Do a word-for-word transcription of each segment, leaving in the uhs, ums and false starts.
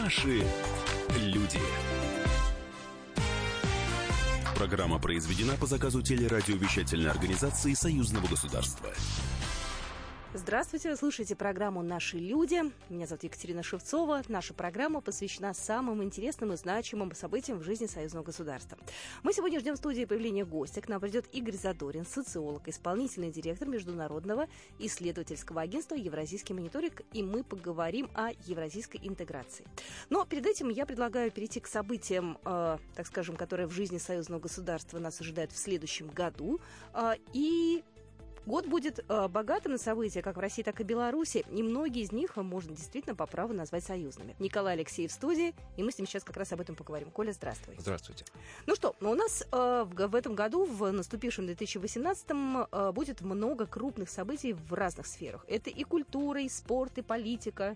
Наши люди. Программа произведена по заказу телерадиовещательной организации Союзного государства. Здравствуйте, вы слушаете программу «Наши люди». Меня зовут Екатерина Шевцова. Наша программа посвящена самым интересным и значимым событиям в жизни союзного государства. Мы сегодня ждем в студии появления гостя. К нам придет Игорь Задорин, социолог, исполнительный директор Международного исследовательского агентства «Евразийский мониторинг», и мы поговорим о евразийской интеграции. Но перед этим я предлагаю перейти к событиям, э, так скажем, которые в жизни союзного государства нас ожидают в следующем году. Э, и... Год будет э, богатым на события как в России, так и в Беларуси, и многие из них можно действительно по праву назвать союзными. Николай Алексеев в студии, и мы с ним сейчас как раз об этом поговорим. Коля, здравствуй. Здравствуйте. Ну что, у нас э, в, в этом году, в наступившем две тысячи восемнадцатом, э, будет много крупных событий в разных сферах. Это и культура, и спорт, и политика.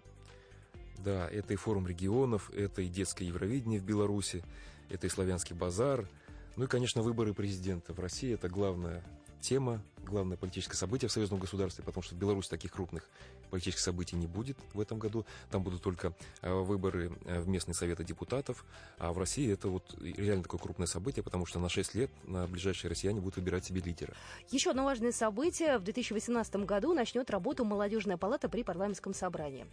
Да, это и форум регионов, это и детское Евровидение в Беларуси, это и славянский базар, ну и, конечно, выборы президента в России. Это главная тема, главное политическое событие в союзном государстве, потому что в Беларуси таких крупных политических событий не будет в этом году. Там будут только выборы в местные советы депутатов, а в России это вот реально такое крупное событие, потому что на шесть лет на ближайшие россияне будут выбирать себе лидера. Еще одно важное событие. В две тысячи восемнадцатом году начнет работу Молодежная палата при парламентском собрании.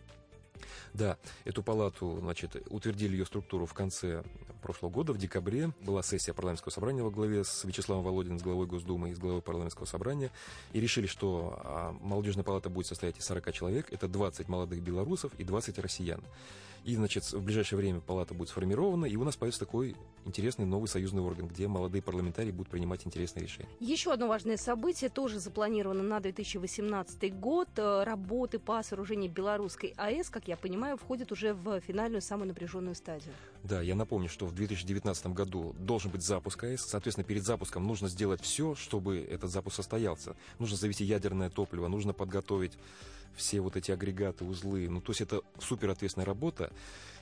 Да, эту палату, значит, утвердили ее структуру в конце прошлого года, в декабре. Была сессия парламентского собрания во главе с Вячеславом Володиным, с главой Госдумы и с главой парламентского собрания. И решили, что молодежная палата будет состоять из сорока человек. Это двадцать молодых белорусов и двадцать россиян. И, значит, в ближайшее время палата будет сформирована, и у нас появится такой интересный новый союзный орган, где молодые парламентарии будут принимать интересные решения. Еще одно важное событие тоже запланировано на две тысячи восемнадцатый год. Работы по сооружению белорусской АЭС, как я понимаю, входят уже в финальную, самую напряженную стадию. Да, я напомню, что в две тысячи девятнадцатом году должен быть запуск АЭС. Соответственно, перед запуском нужно сделать все, чтобы этот запуск состоялся. Нужно завести ядерное топливо, нужно подготовить все вот эти агрегаты, узлы. Ну, то есть это супер ответственная работа.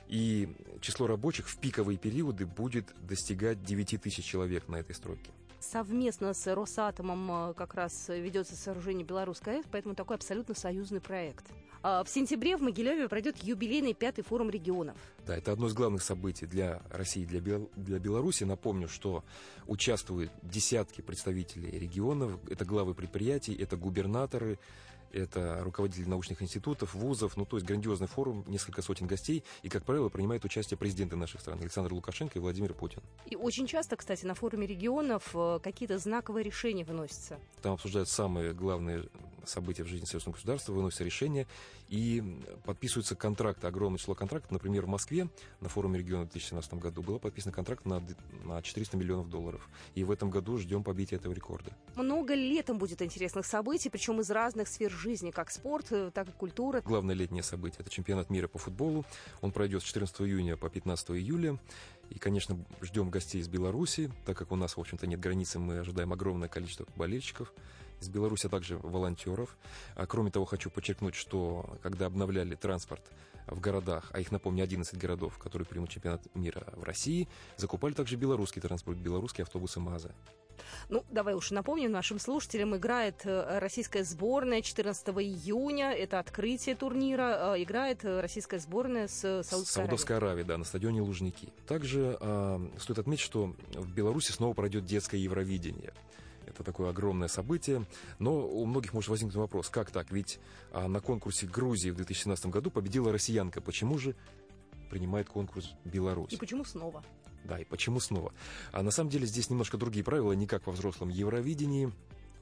И число рабочих в пиковые периоды будет достигать девять тысяч человек на этой стройке. Совместно с Росатомом как раз ведется сооружение белорусской АЭС, поэтому такой абсолютно союзный проект. В сентябре в Могилеве пройдет юбилейный пятый форум регионов. Да, это одно из главных событий для России и для, Бел... для Беларуси. Напомню, что участвуют десятки представителей регионов, это главы предприятий, это губернаторы, это руководители научных институтов, вузов, ну, то есть грандиозный форум, несколько сотен гостей, и, как правило, принимают участие президенты наших стран Александр Лукашенко и Владимир Путин. И очень часто, кстати, на форуме регионов какие-то знаковые решения выносятся. Там обсуждают самые главные события в жизни союзного государства, выносятся решения, и подписываются контракты, огромное число контрактов. Например, в Москве на форуме регионов в две тысячи семнадцатом году был подписан контракт на, на четыреста миллионов долларов. И в этом году ждем побития этого рекорда. Много летом будет интересных событий, причем из разных сфер жизни, как спорт, так и культура. Главное летнее событие – это чемпионат мира по футболу. Он пройдет с четырнадцатого июня по пятнадцатого июля. И, конечно, ждем гостей из Беларуси, так как у нас, в общем-то, нет границы, мы ожидаем огромное количество болельщиков из Беларуси, а также волонтеров. А кроме того, хочу подчеркнуть, что когда обновляли транспорт в городах, а их, напомню, одиннадцать городов, которые примут чемпионат мира в России, закупали также белорусский транспорт, белорусские автобусы МАЗа. Ну, давай уж напомним нашим слушателям, играет российская сборная четырнадцатого июня, это открытие турнира, играет российская сборная с Саудовской Аравией. Саудовской Аравией, да, на стадионе Лужники. Также э, стоит отметить, что в Беларуси снова пройдет детское Евровидение. Это такое огромное событие, но у многих может возникнуть вопрос, как так? Ведь а, на конкурсе Грузии в две тысячи семнадцатом году победила россиянка, почему же принимает конкурс Беларусь? И почему снова? Да, и почему снова? А на самом деле здесь немножко другие правила, не как во взрослом Евровидении,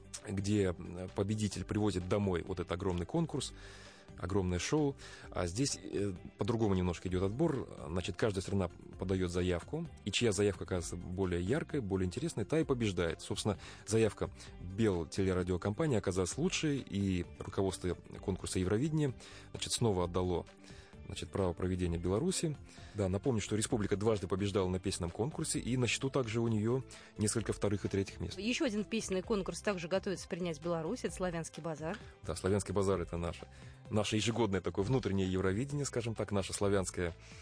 где победитель привозит домой вот этот огромный конкурс, огромное шоу. А здесь э, по-другому немножко идет отбор. Значит, каждая страна подает заявку, и чья заявка оказывается более яркой, более интересной, та и побеждает. Собственно, заявка Белтелерадиокомпании оказалась лучшей, и руководство конкурса Евровидения, значит, снова отдало, значит, право проведения Беларуси. Да, напомню, что республика дважды побеждала на песенном конкурсе, и на счету также у нее несколько вторых и третьих мест. Еще один песенный конкурс также готовится принять Беларусь, это «Славянский базар». Да, «Славянский базар» — это наше, наше ежегодное такое внутреннее Евровидение, скажем так, наша славянская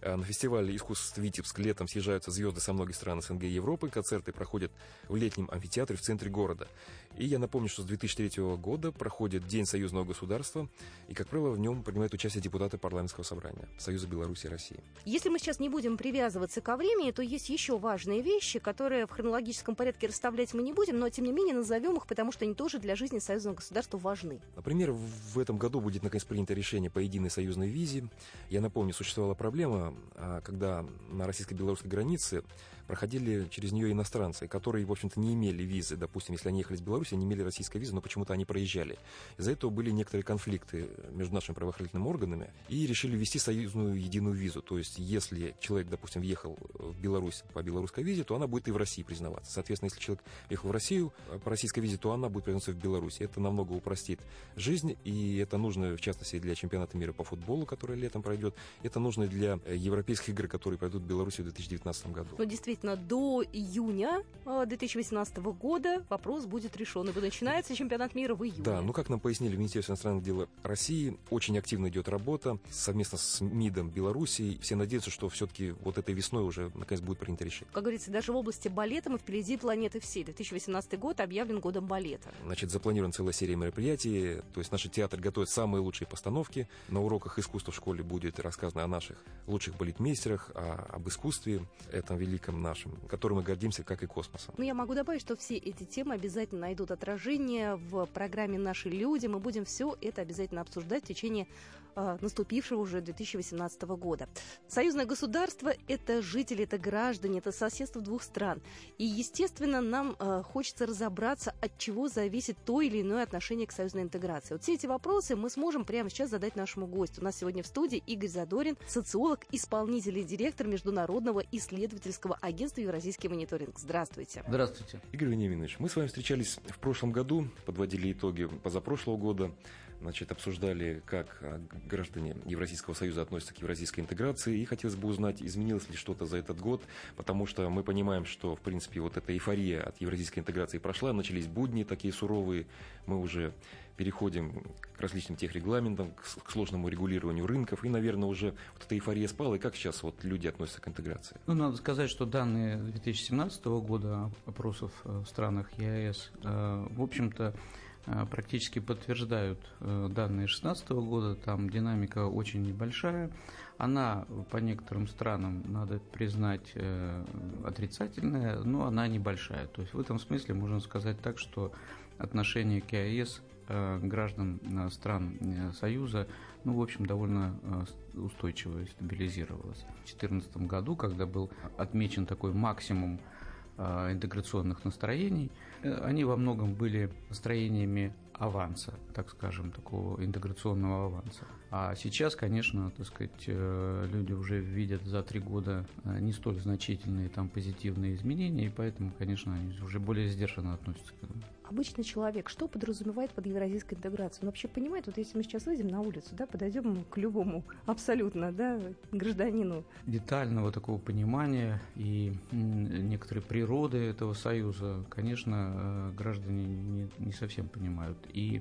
На фестивале искусств «Витебск» летом съезжаются звезды со многих стран СНГ и Европы. Концерты проходят в летнем амфитеатре в центре города. И я напомню, что с две тысячи третьего года проходит День союзного государства, и, как правило, в нем принимают участие депутаты парламентского собрания Союза Беларуси и России. Если мы сейчас не будем привязываться ко времени, то есть еще важные вещи, которые в хронологическом порядке расставлять мы не будем, но, тем не менее, назовем их, потому что они тоже для жизни союзного государства важны. Например, в этом году будет, наконец, принято решение по единой союзной визе. Я напомню, существовала проблема, когда на российско-белорусской границе проходили через нее иностранцы, которые, в общем-то, не имели визы. Допустим, если они ехали из Беларуси, они имели российскую визу, но почему-то они проезжали. Из-за этого были некоторые конфликты между нашими правоохранительными органами, и решили ввести союзную единую визу. То есть, если человек, допустим, въехал в Беларусь по белорусской визе, то она будет и в России признаваться. Соответственно, если человек въехал в Россию по российской визе, то она будет признаваться в Беларуси. Это намного упростит жизнь, и это нужно, в частности, для чемпионата мира по футболу, который летом пройдет. Это нужно для европейских игр, которые пройдут в Беларуси в две тысячи девятнадцатом году. Но действительно, до июня две тысячи восемнадцатого года вопрос будет решен, ибо начинается чемпионат мира в июне. Да, ну как нам пояснили в Министерстве иностранных дел России, очень активно идет работа совместно с МИДом Беларуси. Все надеются, что все-таки вот этой весной уже наконец будет принято решение. Как говорится, даже в области балета мы впереди планеты всей. две тысячи восемнадцатый год объявлен годом балета. Значит, запланирована целая серия мероприятий. То есть наши театры готовят самые лучшие постановки. На уроках искусства в школе будет рассказано о наших лучших балетмейстерах, о, об искусстве этом великом нашем, которым мы гордимся, как и космосом. Ну, я могу добавить, что все эти темы обязательно найдут отражение в программе «Наши люди». Мы будем все это обязательно обсуждать в течение э, наступившего уже две тысячи восемнадцатого года. Союзное государство – это жители, это граждане, это соседство двух стран. И, естественно, нам э, хочется разобраться, от чего зависит то или иное отношение к союзной интеграции. Вот все эти вопросы мы сможем прямо сейчас задать нашему гостю. У нас сегодня в студии Игорь Задорин, социолог, исполнительный директор Международного исследовательского агентства «Евразийский мониторинг». Здравствуйте. Здравствуйте. Игорь Вениаминович, мы с вами встречались в прошлом году, подводили итоги позапрошлого года, значит, обсуждали, как граждане Евразийского союза относятся к евразийской интеграции, и хотелось бы узнать, изменилось ли что-то за этот год, потому что мы понимаем, что, в принципе, вот эта эйфория от евразийской интеграции прошла, начались будни такие суровые, мы уже переходим к различным техрегламентам, к сложному регулированию рынков, и, наверное, уже вот эта эйфория спала, и как сейчас вот люди относятся к интеграции? Ну, надо сказать, что данные две тысячи семнадцатого года опросов в странах ЕАЭС, в общем-то, практически подтверждают данные две тысячи шестнадцатого года, там динамика очень небольшая, она по некоторым странам, надо признать, отрицательная, но она небольшая. То есть в этом смысле можно сказать так, что отношение к ЕАЭС граждан стран Союза, ну, в общем, довольно устойчиво стабилизировалось. В две тысячи четырнадцатом году, когда был отмечен такой максимум интеграционных настроений, они во многом были настроениями аванса, так скажем, такого интеграционного аванса. А сейчас, конечно, так сказать, люди уже видят за три года не столь значительные там позитивные изменения, и поэтому, конечно, они уже более сдержанно относятся к этому. Обычный человек что подразумевает под евразийской интеграцией? Он вообще понимает, вот если мы сейчас выйдем на улицу, да, подойдем к любому абсолютно, да, гражданину. Детального такого понимания и некоторой природы этого союза, конечно, граждане не, не совсем понимают. И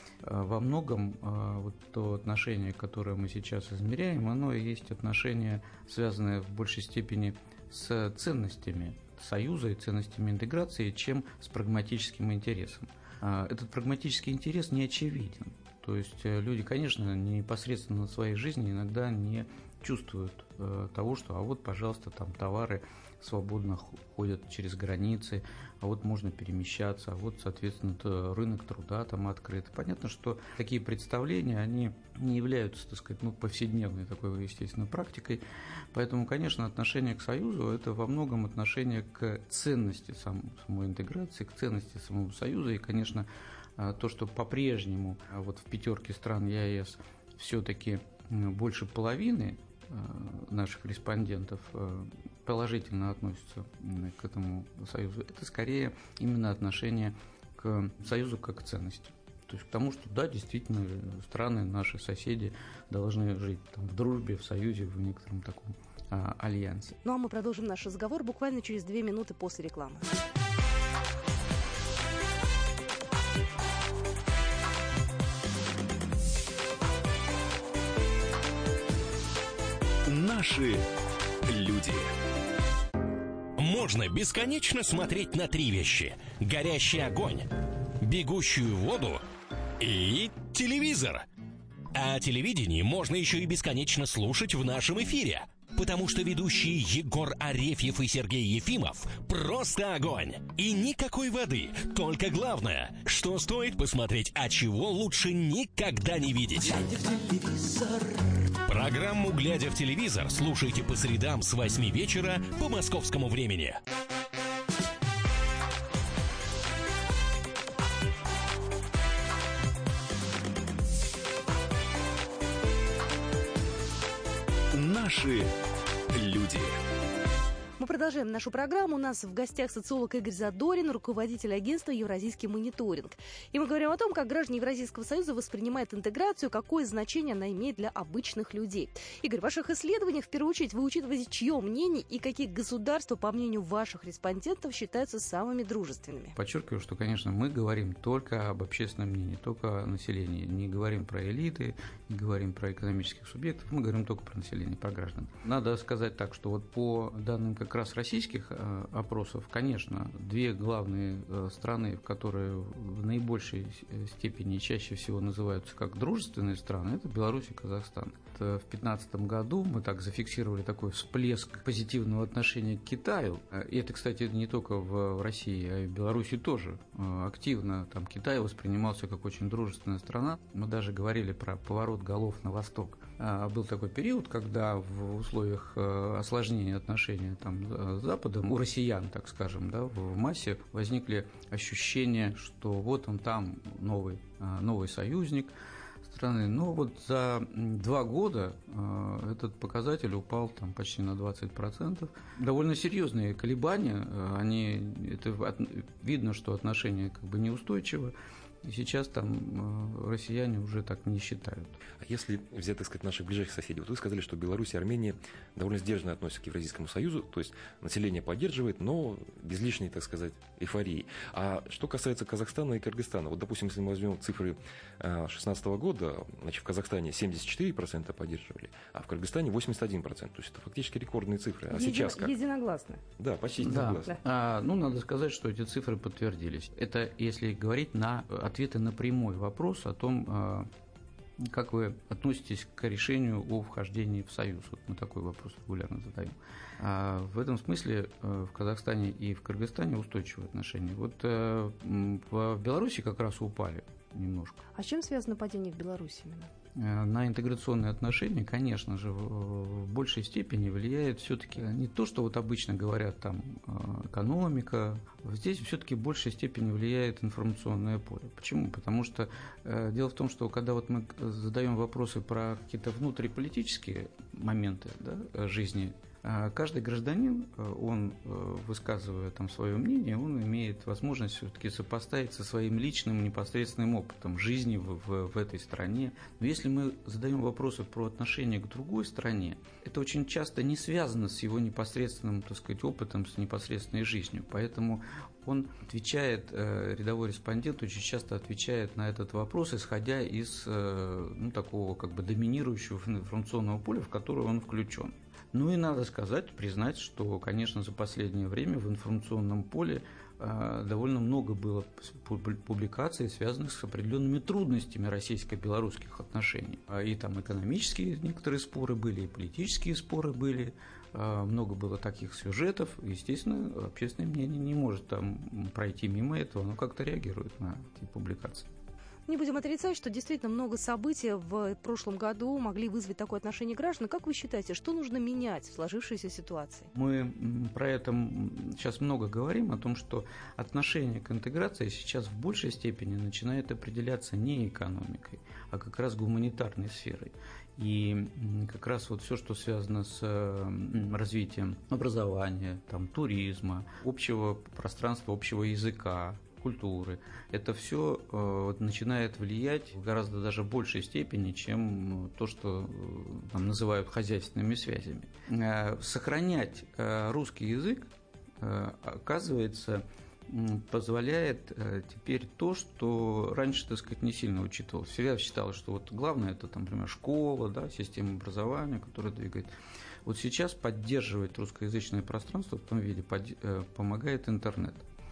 во многом вот то отношение, которое мы сейчас измеряем, оно и есть отношение, связанное в большей степени с ценностями союза и ценностями интеграции, чем с прагматическим интересом. Этот прагматический интерес не очевиден. То есть люди, конечно, непосредственно в своей жизни иногда не чувствуют того, что а вот, пожалуйста, там товары свободно ходят через границы, а вот можно перемещаться, а вот, соответственно, рынок труда там открыт. Понятно, что такие представления, они не являются, так сказать, ну, повседневной такой, естественно, практикой. Поэтому, конечно, отношение к Союзу – это во многом отношение к ценности самой интеграции, к ценности самого Союза. И, конечно, то, что по-прежнему вот в пятерке стран ЕАЭС все-таки больше половины наших респондентов положительно относятся к этому союзу, это скорее именно отношение к союзу как к ценности. То есть к тому, что да, действительно, страны, наши соседи должны жить там, в дружбе, в союзе, в некотором таком а, альянсе. Ну а мы продолжим наш разговор буквально через две минуты после рекламы. Наши Наши люди. Можно бесконечно смотреть на три вещи: горящий огонь, бегущую воду и телевизор. А о телевидении можно еще и бесконечно слушать в нашем эфире, потому что ведущие Егор Арефьев и Сергей Ефимов просто огонь. И никакой воды, только главное, что стоит посмотреть, а чего лучше никогда не видеть. Программу «Глядя в телевизор» слушайте по средам с восьми вечера по московскому времени. Наши люди. Мы продолжаем нашу программу. У нас в гостях социолог Игорь Задорин, руководитель агентства «Евразийский мониторинг». И мы говорим о том, как граждане Евразийского союза воспринимают интеграцию, какое значение она имеет для обычных людей. Игорь, в ваших исследованиях в первую очередь вы учитываете, чье мнение и какие государства, по мнению ваших респондентов, считаются самыми дружественными? Подчеркиваю, что, конечно, мы говорим только об общественном мнении, только о населении. Не говорим про элиты, не говорим про экономических субъектов, мы говорим только про население, про граждан. Надо сказать так, что вот по данным как раз российских э, опросов, конечно, две главные э, страны, которые в наибольшей степени чаще всего называются как дружественные страны, это Беларусь и Казахстан. Это в две тысячи пятнадцатом году мы так зафиксировали такой всплеск позитивного отношения к Китаю. И это, кстати, не только в России, а и в Беларуси тоже активно. Там Китай воспринимался как очень дружественная страна. Мы даже говорили про поворот голов на восток. Был такой период, когда в условиях осложнения отношений там, с Западом, у россиян, так скажем, да, в массе возникли ощущения, что вот он там новый, новый союзник страны. Но вот за два года этот показатель упал там, почти на двадцать процентов. Довольно серьезные колебания. Они, это, видно, что отношения как бы неустойчивы. И сейчас там россияне уже так не считают. А если взять, так сказать, наших ближайших соседей, вот вы сказали, что Беларусь и Армения довольно сдержанно относятся к Евразийскому союзу, то есть население поддерживает, но без лишней, так сказать, эйфории. А что касается Казахстана и Кыргызстана, вот, допустим, если мы возьмем цифры две тысячи шестнадцатого года, значит, в Казахстане семьдесят четыре процента поддерживали, а в Кыргызстане восемьдесят один процент. То есть это фактически рекордные цифры. А Един... сейчас как? Единогласно. Да, почти единогласно. Да. А, ну, надо сказать, что эти цифры подтвердились. Это если говорить на ответы на прямой вопрос о том, как вы относитесь к решению о вхождении в Союз. Вот мы такой вопрос регулярно задаем. А в этом смысле в Казахстане и в Кыргызстане устойчивые отношения. Вот в Беларуси как раз упали немножко. А с чем связано падение в Беларуси именно? На интеграционные отношения, конечно же, в большей степени влияет все-таки не то, что вот обычно говорят там экономика, здесь все-таки в большей степени влияет информационное поле. Почему? Потому что э, дело в том, что когда вот мы задаем вопросы про какие-то внутриполитические моменты, да, жизни, каждый гражданин, он, высказывая там свое мнение, он имеет возможность все-таки сопоставить со своим личным непосредственным опытом жизни в, в, в этой стране. Но если мы задаем вопросы про отношение к другой стране, это очень часто не связано с его непосредственным, так сказать, опытом, с непосредственной жизнью. Поэтому он отвечает, рядовой респондент очень часто отвечает на этот вопрос, исходя из ну, такого как бы доминирующего информационного поля, в которое он включен. Ну и надо сказать, признать, что, конечно, за последнее время в информационном поле э, довольно много было публикаций, связанных с определенными трудностями российско-белорусских отношений. И там экономические некоторые споры были, и политические споры были, э, много было таких сюжетов. Естественно, общественное мнение не может там пройти мимо этого, оно как-то реагирует на эти публикации. Не будем отрицать, что действительно много событий в прошлом году могли вызвать такое отношение граждан. Как вы считаете, что нужно менять в сложившейся ситуации? Мы про это сейчас много говорим, о том, что отношение к интеграции сейчас в большей степени начинает определяться не экономикой, а как раз гуманитарной сферой. И как раз вот все, что связано с развитием образования, там, туризма, общего пространства, общего языка, культуры, это все э, начинает влиять в гораздо даже большей степени, чем то, что э, там называют хозяйственными связями. Э, сохранять э, русский язык, э, оказывается, позволяет э, теперь то, что раньше, так сказать, не сильно учитывалось. Всегда считалось, что вот главное это, там, например, школа, да, система образования, которая двигает. Вот сейчас поддерживать русскоязычное пространство в том виде помогает интернет.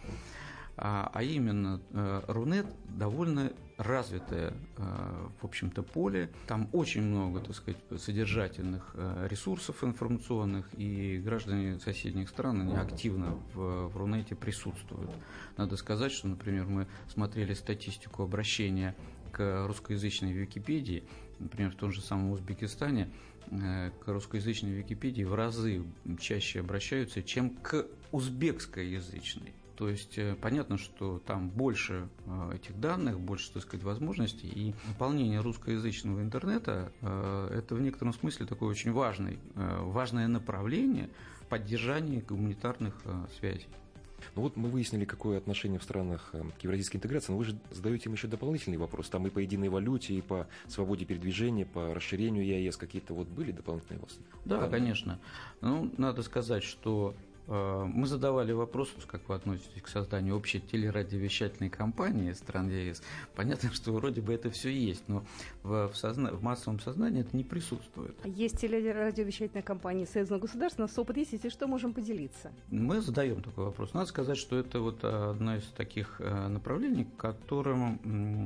А, а именно Рунет довольно развитое, в общем-то, поле. Там очень много, так сказать, содержательных ресурсов информационных, и граждане соседних стран, они активно в, в Рунете присутствуют. Надо сказать, что, например, мы смотрели статистику обращения к русскоязычной Википедии, например, в том же самом Узбекистане, к русскоязычной Википедии в разы чаще обращаются, чем к узбекскоязычной. То есть понятно, что там больше этих данных, больше, так сказать, возможностей, и наполнение русскоязычного интернета – это в некотором смысле такое очень важное, важное направление в поддержании гуманитарных связей. Ну вот мы выяснили, какое отношение в странах к евразийской интеграции, но вы же задаете им еще дополнительный вопрос. Там и по единой валюте, и по свободе передвижения, по расширению ЕАЭС какие-то вот были дополнительные вопросы? Да, да, конечно. Ну, надо сказать, что мы задавали вопрос, как вы относитесь к созданию общей телерадиовещательной компании стран ЕАЭС. Понятно, что вроде бы это все есть, но в, в, созна... в массовом сознании это не присутствует. Есть телерадиовещательная компания Союзного государства, у нас опыт есть, если что, можем поделиться. Мы задаем такой вопрос. Надо сказать, что это вот одно из таких направлений, к которым,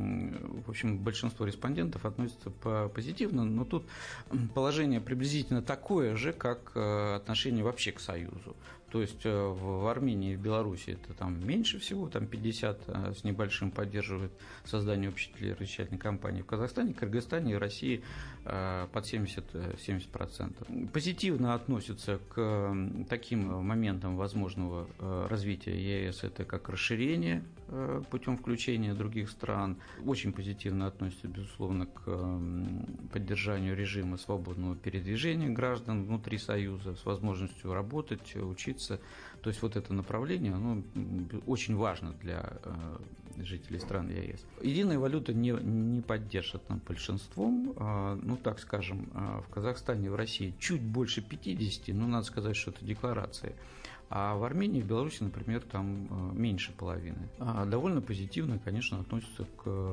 в общем, большинство респондентов относятся позитивно, но тут положение приблизительно такое же, как отношение вообще к Союзу. То есть в Армении и в Беларуси это там меньше всего, там пятьдесят с небольшим поддерживают создание общей телерадиовещательной компании. В Казахстане, Кыргызстане и России под семьдесят-семьдесят процентов. Позитивно относятся к таким моментам возможного развития ЕАЭС, это как расширение путем включения других стран. Очень позитивно относятся, безусловно, к поддержанию режима свободного передвижения граждан внутри Союза с возможностью работать, учиться. То есть вот это направление, оно очень важно для жителей стран ЕАЭС. Единая валюта не, не поддержана большинством. Ну, так скажем, в Казахстане и в России чуть больше пятидесяти, но надо сказать, что это декларации. А в Армении и в Беларуси, например, там меньше половины. А довольно позитивно, конечно, относятся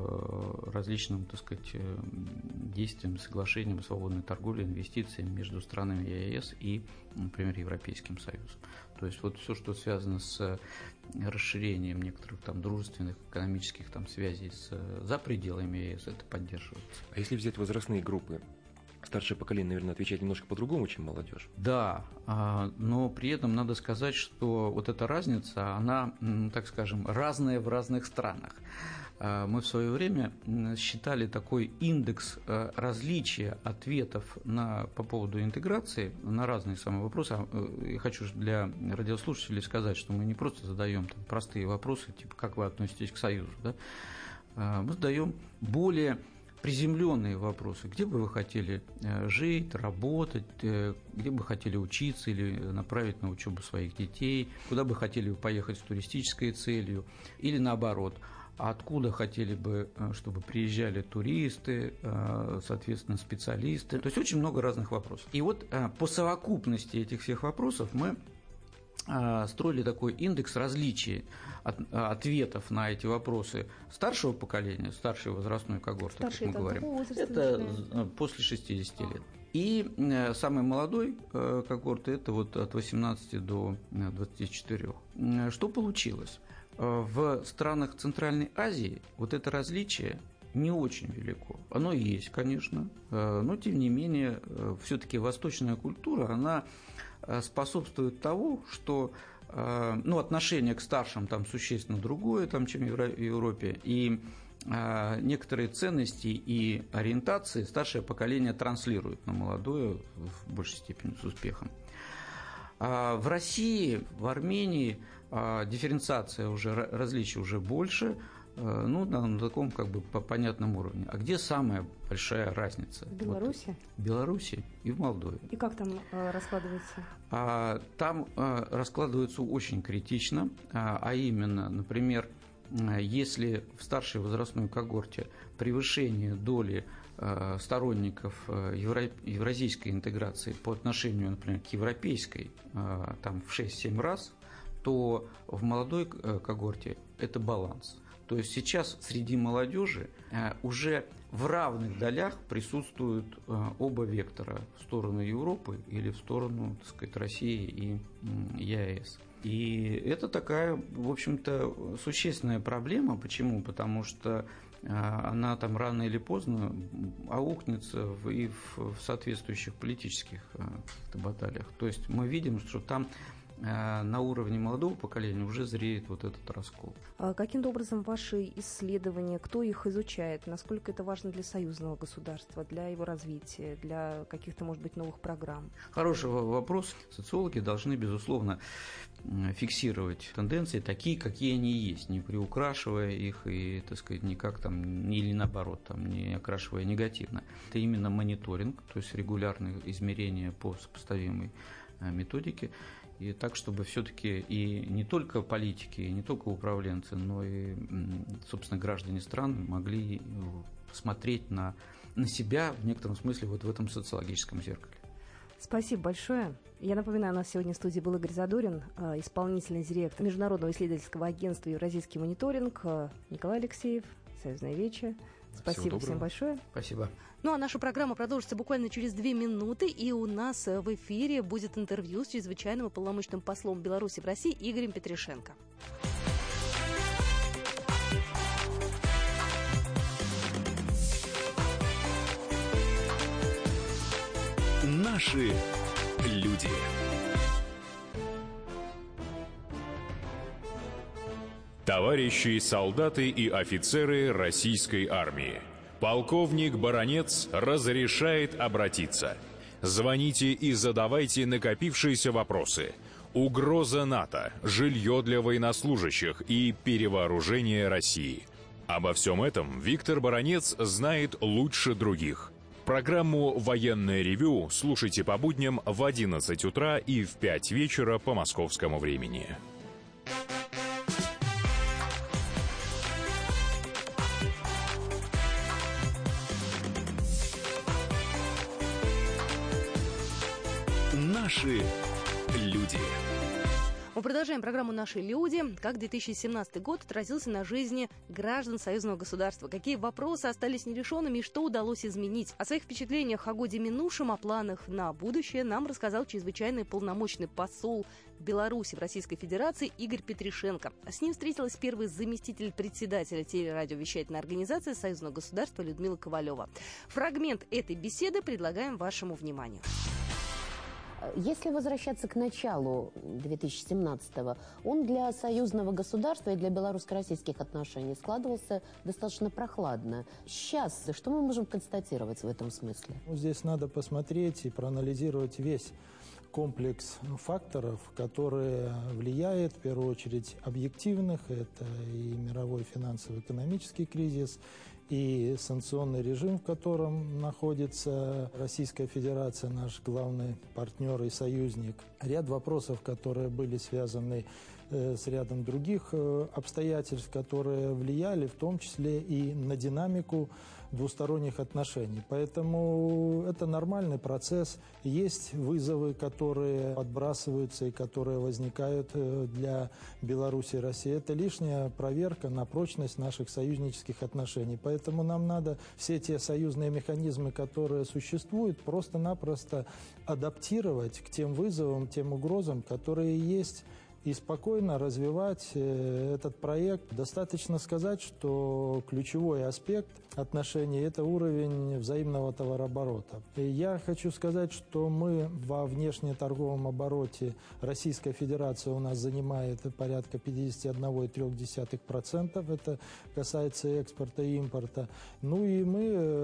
к различным, так сказать, действиям, соглашениям, свободной торговли, инвестициям между странами ЕАЭС и, например, Европейским Союзом. То есть вот все, что связано с расширением некоторых там дружественных экономических там связей с, за пределами ЕАЭС, это поддерживается. А если взять возрастные группы? Старшее поколение, наверное, отвечает немножко по-другому, чем молодежь. Да, но при этом надо сказать, что вот эта разница, она, так скажем, разная в разных странах. Мы в свое время считали такой индекс различия ответов на, по поводу интеграции на разные самые вопросы. Я хочу для радиослушателей сказать, что мы не просто задаем там простые вопросы, типа «как вы относитесь к Союзу?», да? Мы задаем более приземленные вопросы. Где бы вы хотели жить, работать, где бы хотели учиться или направить на учебу своих детей, куда бы хотели поехать с туристической целью, или наоборот, откуда хотели бы, чтобы приезжали туристы, соответственно, специалисты. То есть очень много разных вопросов. И вот по совокупности этих всех вопросов мы строили такой индекс различий от, ответов на эти вопросы старшего поколения, старшей возрастной когорты, Старший, как мы говорим. возраста, это начиная? После шестидесяти лет. И самый молодой когорты – это вот от восемнадцати до двадцати четырёх. Что получилось? В странах Центральной Азии вот это различие не очень велико. Оно есть, конечно, но тем не менее все-таки восточная культура, она способствует тому, что ну, отношение к старшим там существенно другое, там, чем в Европе, и некоторые ценности и ориентации старшее поколение транслирует на молодое в большей степени с успехом. В России, в Армении дифференциация уже, различий уже больше, ну, на таком как бы по понятном уровне. А где самая большая разница? В Беларуси? Вот, в Беларуси и в Молдове. И как там э, раскладывается? А, там э, раскладывается очень критично, а, а именно, например, если в старшей возрастной когорте превышение доли э, сторонников э, евро, евразийской интеграции по отношению, например, к европейской э, там в шесть-семь раз, то в молодой э, когорте это баланс. То есть сейчас среди молодежи уже в равных долях присутствуют оба вектора в сторону Европы или в сторону, так сказать, России и ЕАЭС. И это такая, в общем-то, существенная проблема. Почему? Потому что она там рано или поздно аукнется в, и в, в соответствующих политических баталиях. То есть мы видим, что там на уровне молодого поколения уже зреет вот этот раскол. А каким-то образом ваши исследования, кто их изучает, насколько это важно для союзного государства, для его развития, для каких-то, может быть, новых программ? Хороший вопрос. Социологи должны, безусловно, фиксировать тенденции такие, какие они есть, не приукрашивая их и, так сказать, никак там, или наоборот, там, не окрашивая негативно. Это именно мониторинг, то есть регулярные измерения по сопоставимой методике. И так, чтобы все-таки и не только политики, и не только управленцы, но и, собственно, граждане стран могли смотреть на, на себя в некотором смысле вот в этом социологическом зеркале. Спасибо большое. Я напоминаю, у нас сегодня в студии был Игорь Задорин, исполнительный директор Международного исследовательского агентства «Евразийский мониторинг», Николай Алексеев, Союзное Вече. Спасибо всем большое. Спасибо. Ну, а наша программа продолжится буквально через две минуты, и у нас в эфире будет интервью с чрезвычайным полномочным послом Беларуси в России Игорем Петришенко. Наши люди. Товарищи солдаты и офицеры российской армии, полковник Баранец разрешает обратиться. Звоните и задавайте накопившиеся вопросы. Угроза НАТО, жилье для военнослужащих и перевооружение России. Обо всем этом Виктор Баранец знает лучше других. Программу «Военное ревю» слушайте по будням в одиннадцать утра и в пять вечера по московскому времени. Наши люди. Мы продолжаем программу «Наши люди». Как две тысячи семнадцатый год отразился на жизни граждан союзного государства? Какие вопросы остались нерешенными и что удалось изменить? О своих впечатлениях о годе минувшем, о планах на будущее нам рассказал чрезвычайный полномочный посол Беларуси в Российской Федерации Игорь Петришенко. С ним встретилась первый заместитель председателя телерадиовещательной организации союзного государства Людмила Ковалева. Фрагмент этой беседы предлагаем вашему вниманию. Если возвращаться к началу две тысячи семнадцатого, он для союзного государства и для белорусско-российских отношений складывался достаточно прохладно. Сейчас что мы можем констатировать в этом смысле? Здесь надо посмотреть и проанализировать весь комплекс факторов, которые влияют, в первую очередь, объективных. Это и мировой финансово-экономический кризис, и санкционный режим, в котором находится Российская Федерация, наш главный партнер и союзник. Ряд вопросов, которые были связаны э, с рядом других э, обстоятельств, которые влияли в том числе и на динамику двусторонних отношений. Поэтому это нормальный процесс. Есть вызовы, которые подбрасываются и которые возникают для Беларуси и России. Это лишняя проверка на прочность наших союзнических отношений. Поэтому нам надо все те союзные механизмы, которые существуют, просто-напросто адаптировать к тем вызовам, тем угрозам, которые есть, и спокойно развивать этот проект. Достаточно сказать, что ключевой аспект отношений – это уровень взаимного товарооборота. И я хочу сказать, что мы во внешнеторговом обороте Российская Федерация у нас занимает порядка пятьдесят один целых три десятых процента. Это касается экспорта и импорта. Ну и мы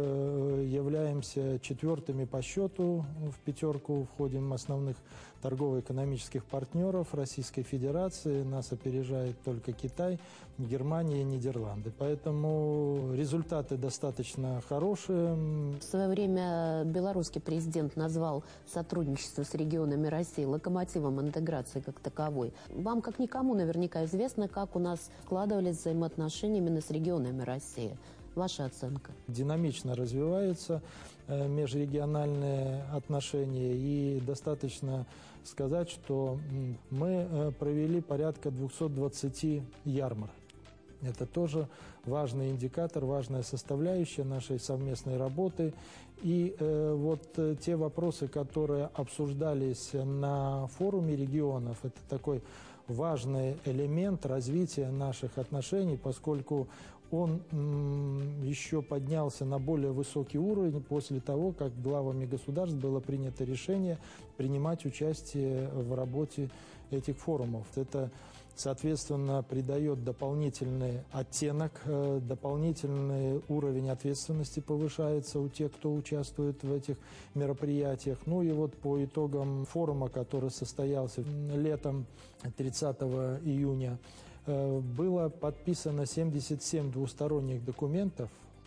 являемся четвертыми по счету в пятерку, входим основных торгово-экономических партнеров Российской Федерации. Нас опережает только Китай, Германия и Нидерланды. Поэтому результаты достаточно хорошие. В свое время белорусский президент назвал сотрудничество с регионами России локомотивом интеграции как таковой. Вам, как никому, наверняка известно, как у нас складывались взаимоотношения именно с регионами России. Ваша оценка? Динамично развиваются э, межрегиональные отношения, и достаточно сказать, что мы э, провели порядка двухсот двадцати ярмарок Это тоже важный индикатор, важная составляющая нашей совместной работы. И э, вот э, те вопросы, которые обсуждались на форуме регионов, это такой важный элемент развития наших отношений, поскольку он м, еще поднялся на более высокий уровень после того, как главами государств было принято решение принимать участие в работе этих форумов. Это, соответственно, придает дополнительный оттенок, э, дополнительный уровень ответственности повышается у тех, кто участвует в этих мероприятиях. Ну и вот по итогам форума, который состоялся летом тридцатого июня, э, было подписано семьдесят семь двусторонних документов.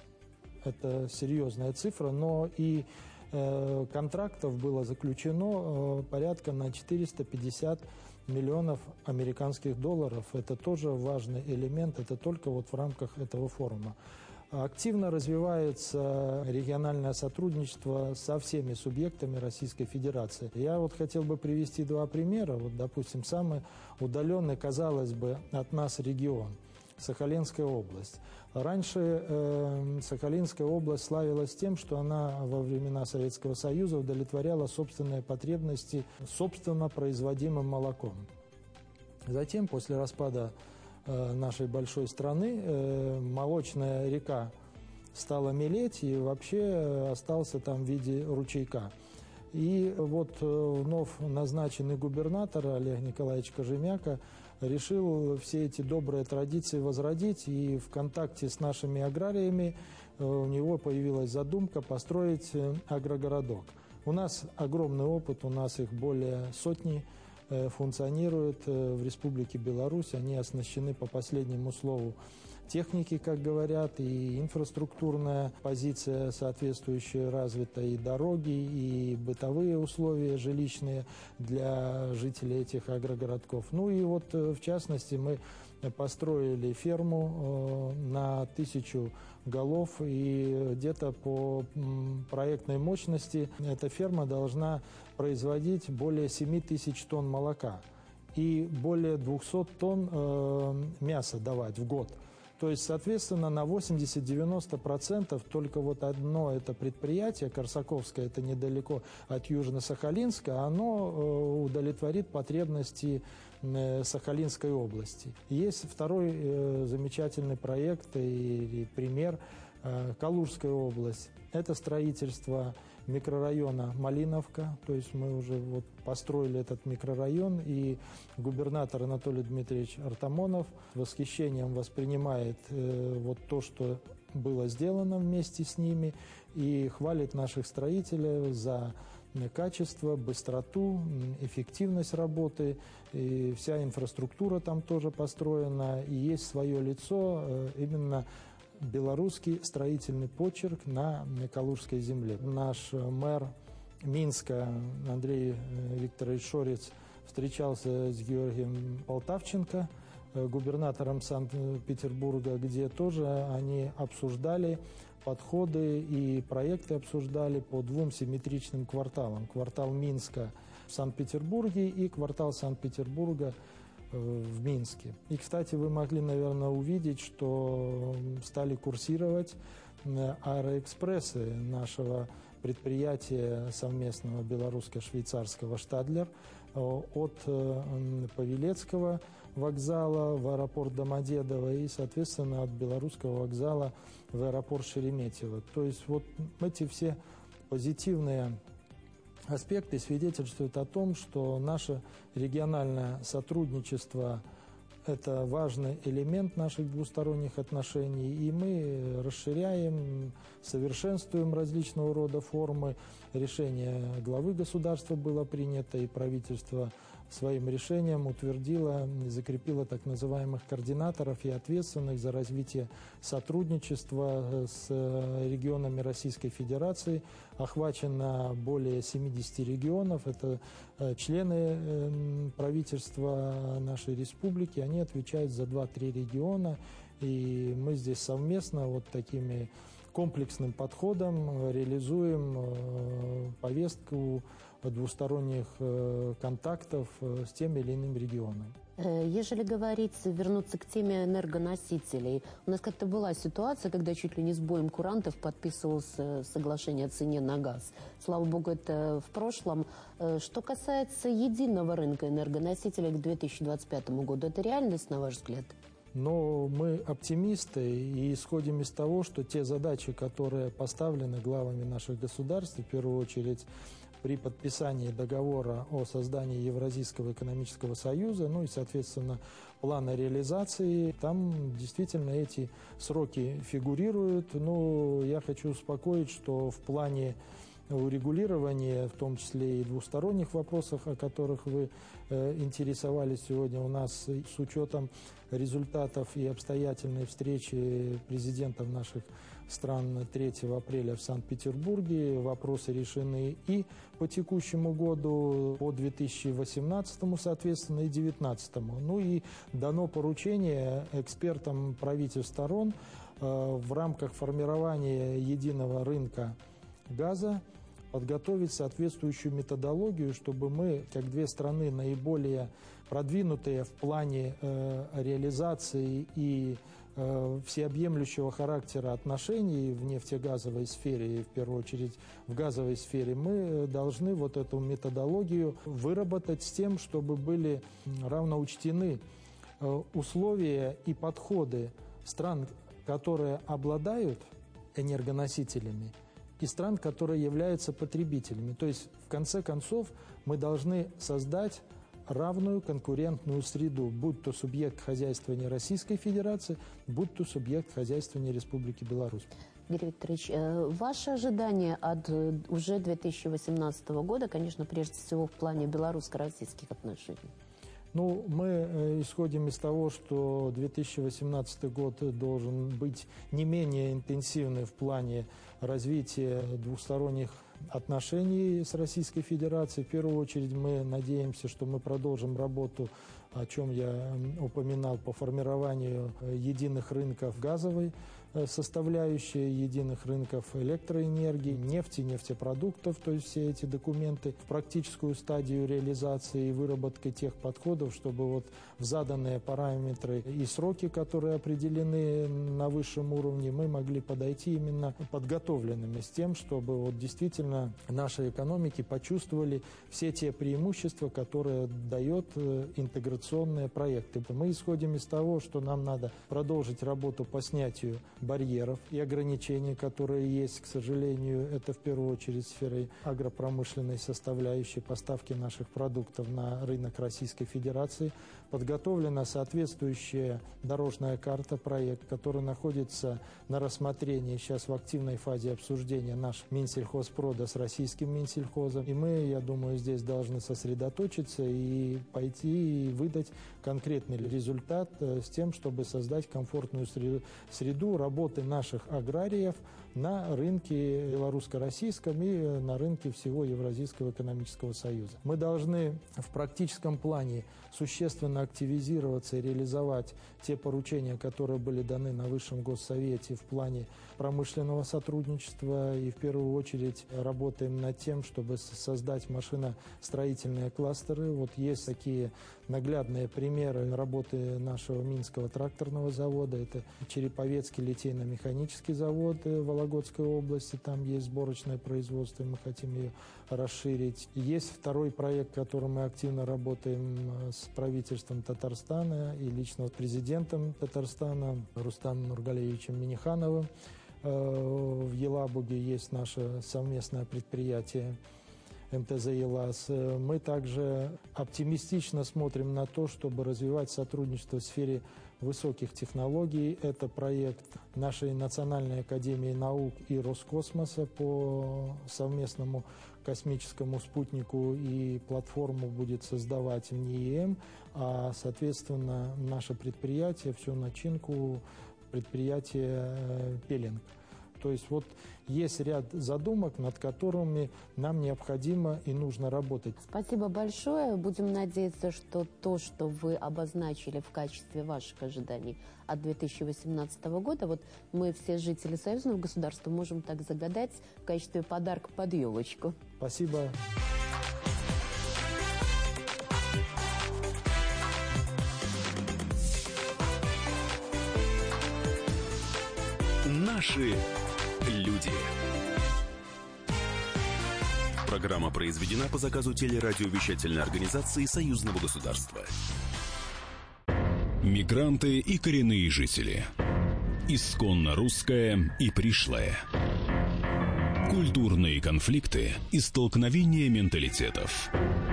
Это серьезная цифра, но и э, контрактов было заключено э, порядка на четыреста пятьдесят миллионов американских долларов. Это тоже важный элемент, это только вот в рамках этого форума. Активно развивается региональное сотрудничество со всеми субъектами Российской Федерации. Я вот хотел бы привести два примера. Вот, допустим, самый удаленный, казалось бы, от нас регион – Сахалинская область. Раньше э, Сахалинская область славилась тем, что она во времена Советского Союза удовлетворяла собственные потребности собственно производимым молоком. Затем, после распада э, нашей большой страны, э, молочная река стала мелеть и вообще остался там в виде ручейка. И вот э, вновь назначенный губернатор Олег Николаевич Кожемяка решил все эти добрые традиции возродить, и в контакте с нашими аграриями у него появилась задумка построить агрогородок. У нас огромный опыт, у нас их более сотни функционирует в Республике Беларусь, они оснащены по последнему слову техники, как говорят, и инфраструктурная позиция соответствующая развита, и дороги, и бытовые условия жилищные для жителей этих агрогородков. Ну и вот, в частности, мы построили ферму на тысячу голов, и где-то по проектной мощности эта ферма должна производить более семи тысяч тонн молока и более двухсот тонн э, мяса давать в год. То есть, соответственно, на восемьдесят-девяносто процентов только вот одно это предприятие, Корсаковское, это недалеко от Южно-Сахалинска, оно э, удовлетворит потребности э, Сахалинской области. Есть второй э, замечательный проект и, и пример э, Калужская область. Это строительство микрорайона Малиновка, то есть мы уже вот построили этот микрорайон, и губернатор Анатолий Дмитриевич Артамонов с восхищением воспринимает э, вот то, что было сделано вместе с ними, и хвалит наших строителей за качество, быстроту, эффективность работы, и вся инфраструктура там тоже построена, и есть свое лицо э, именно белорусский строительный почерк на Калужской земле. Наш мэр Минска Андрей Викторович Шорец встречался с Георгием Полтавченко, губернатором Санкт-Петербурга, где тоже они обсуждали подходы и проекты обсуждали по двум симметричным кварталам. Квартал Минска в Санкт-Петербурге и квартал Санкт-Петербурга в Минске. И, кстати, вы могли, наверное, увидеть, что стали курсировать аэроэкспрессы нашего предприятия совместного белорусско-швейцарского «Штадлер» от Павелецкого вокзала в аэропорт Домодедово и, соответственно, от белорусского вокзала в аэропорт Шереметьево. То есть вот эти все позитивные аспекты свидетельствуют о том, что наше региональное сотрудничество – это важный элемент наших двусторонних отношений, и мы расширяем, совершенствуем различного рода формы. Решение главы государства было принято, и правительство своим решением утвердило, закрепило так называемых координаторов и ответственных за развитие сотрудничества с регионами Российской Федерации. Охвачено более семидесяти регионов. Это члены правительства нашей республики. Они отвечают за два-три региона. И мы здесь совместно вот такими комплексным подходом реализуем повестку двусторонних контактов с тем или иным регионом. Ежели говорить, вернуться к теме энергоносителей, у нас как-то была ситуация, когда чуть ли не с боем курантов подписывался соглашение о цене на газ. Слава богу, это в прошлом. Что касается единого рынка энергоносителей к две тысячи двадцать пятому году, это реальность, на ваш взгляд? Но мы оптимисты и исходим из того, что те задачи, которые поставлены главами наших государств, в первую очередь при подписании договора о создании Евразийского экономического союза, ну и, соответственно, плана реализации, там действительно эти сроки фигурируют. Но я хочу успокоить, что в плане урегулирования, в том числе и двусторонних вопросов, о которых вы э, интересовались сегодня, у нас с учетом результатов и обстоятельной встречи президентов наших стран третьего апреля в Санкт-Петербурге вопросы решены и по текущему году, по две тысячи восемнадцатому, соответственно, и две тысячи девятнадцатому. Ну и дано поручение экспертам правительств сторон э, в рамках формирования единого рынка газа подготовить соответствующую методологию, чтобы мы, как две страны наиболее продвинутые в плане э, реализации и э, всеобъемлющего характера отношений в нефтегазовой сфере, и в первую очередь в газовой сфере, мы должны вот эту методологию выработать с тем, чтобы были равно учтены э, условия и подходы стран, которые обладают энергоносителями, и стран, которые являются потребителями. То есть, в конце концов, мы должны создать равную конкурентную среду, будь то субъект хозяйствования Российской Федерации, будь то субъект хозяйствования Республики Беларусь. Игорь Викторович, ваши ожидания от уже две тысячи восемнадцатого года, конечно, прежде всего в плане белорусско-российских отношений? Ну, мы исходим из того, что две тысячи восемнадцатый год должен быть не менее интенсивный в плане развития двусторонних отношений с Российской Федерацией. В первую очередь мы надеемся, что мы продолжим работу, о чем я упоминал, по формированию единых рынков газовой составляющей, единых рынков электроэнергии, нефти, нефтепродуктов, то есть все эти документы в практическую стадию реализации и выработки тех подходов, чтобы вот в заданные параметры и сроки, которые определены на высшем уровне, мы могли подойти именно подготовленными с тем, чтобы вот действительно наши экономики почувствовали все те преимущества, которые дает интеграционные проекты. Мы исходим из того, что нам надо продолжить работу по снятию барьеров и ограничений, которые есть, к сожалению, это в первую очередь сферой агропромышленной составляющей поставки наших продуктов на рынок Российской Федерации. Подготовлена соответствующая дорожная карта, проект, который находится на рассмотрении сейчас в активной фазе обсуждения наш Минсельхозпрода с российским Минсельхозом. И мы, я думаю, здесь должны сосредоточиться и пойти и выдать конкретный результат с тем, чтобы создать комфортную среду работы наших аграриев на рынке белорусско-российском и на рынке всего Евразийского экономического союза. Мы должны в практическом плане существенно активизироваться и реализовать те поручения, которые были даны на Высшем Госсовете в плане промышленного сотрудничества, и в первую очередь работаем над тем, чтобы создать машиностроительные кластеры. Вот есть такие наглядные примеры работы нашего Минского тракторного завода, это Череповецкий литейно-механический завод в Вологодской области, там есть сборочное производство, и мы хотим ее расширить. Есть второй проект, который мы активно работаем с правительством Татарстана и лично с президентом Татарстана Рустамом Нургалиевичем Миннихановым. В Елабуге есть наше совместное предприятие эм тэ зэ «Елаз». Мы также оптимистично смотрим на то, чтобы развивать сотрудничество в сфере высоких технологий. Это проект нашей Национальной академии наук и Роскосмоса по совместному космическому спутнику, и платформу будет создавать НИИЭМ, а, соответственно, наше предприятие, всю начинку предприятия «Пелинг». То есть вот есть ряд задумок, над которыми нам необходимо и нужно работать. Спасибо большое. Будем надеяться, что то, что вы обозначили в качестве ваших ожиданий от две тысячи восемнадцатого года, вот мы все жители союзного государства можем так загадать в качестве подарка под елочку. Спасибо. Наши люди. Программа произведена по заказу телерадиовещательной организации Союзного государства. Мигранты и коренные жители. Исконно русское и пришлое. Культурные конфликты и столкновения менталитетов.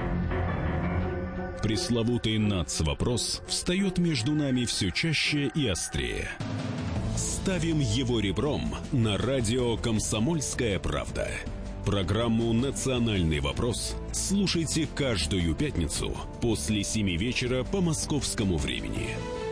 Пресловутый нацвопрос встает между нами все чаще и острее. Ставим его ребром на радио «Комсомольская правда». Программу «Национальный вопрос» слушайте каждую пятницу после семи вечера по московскому времени.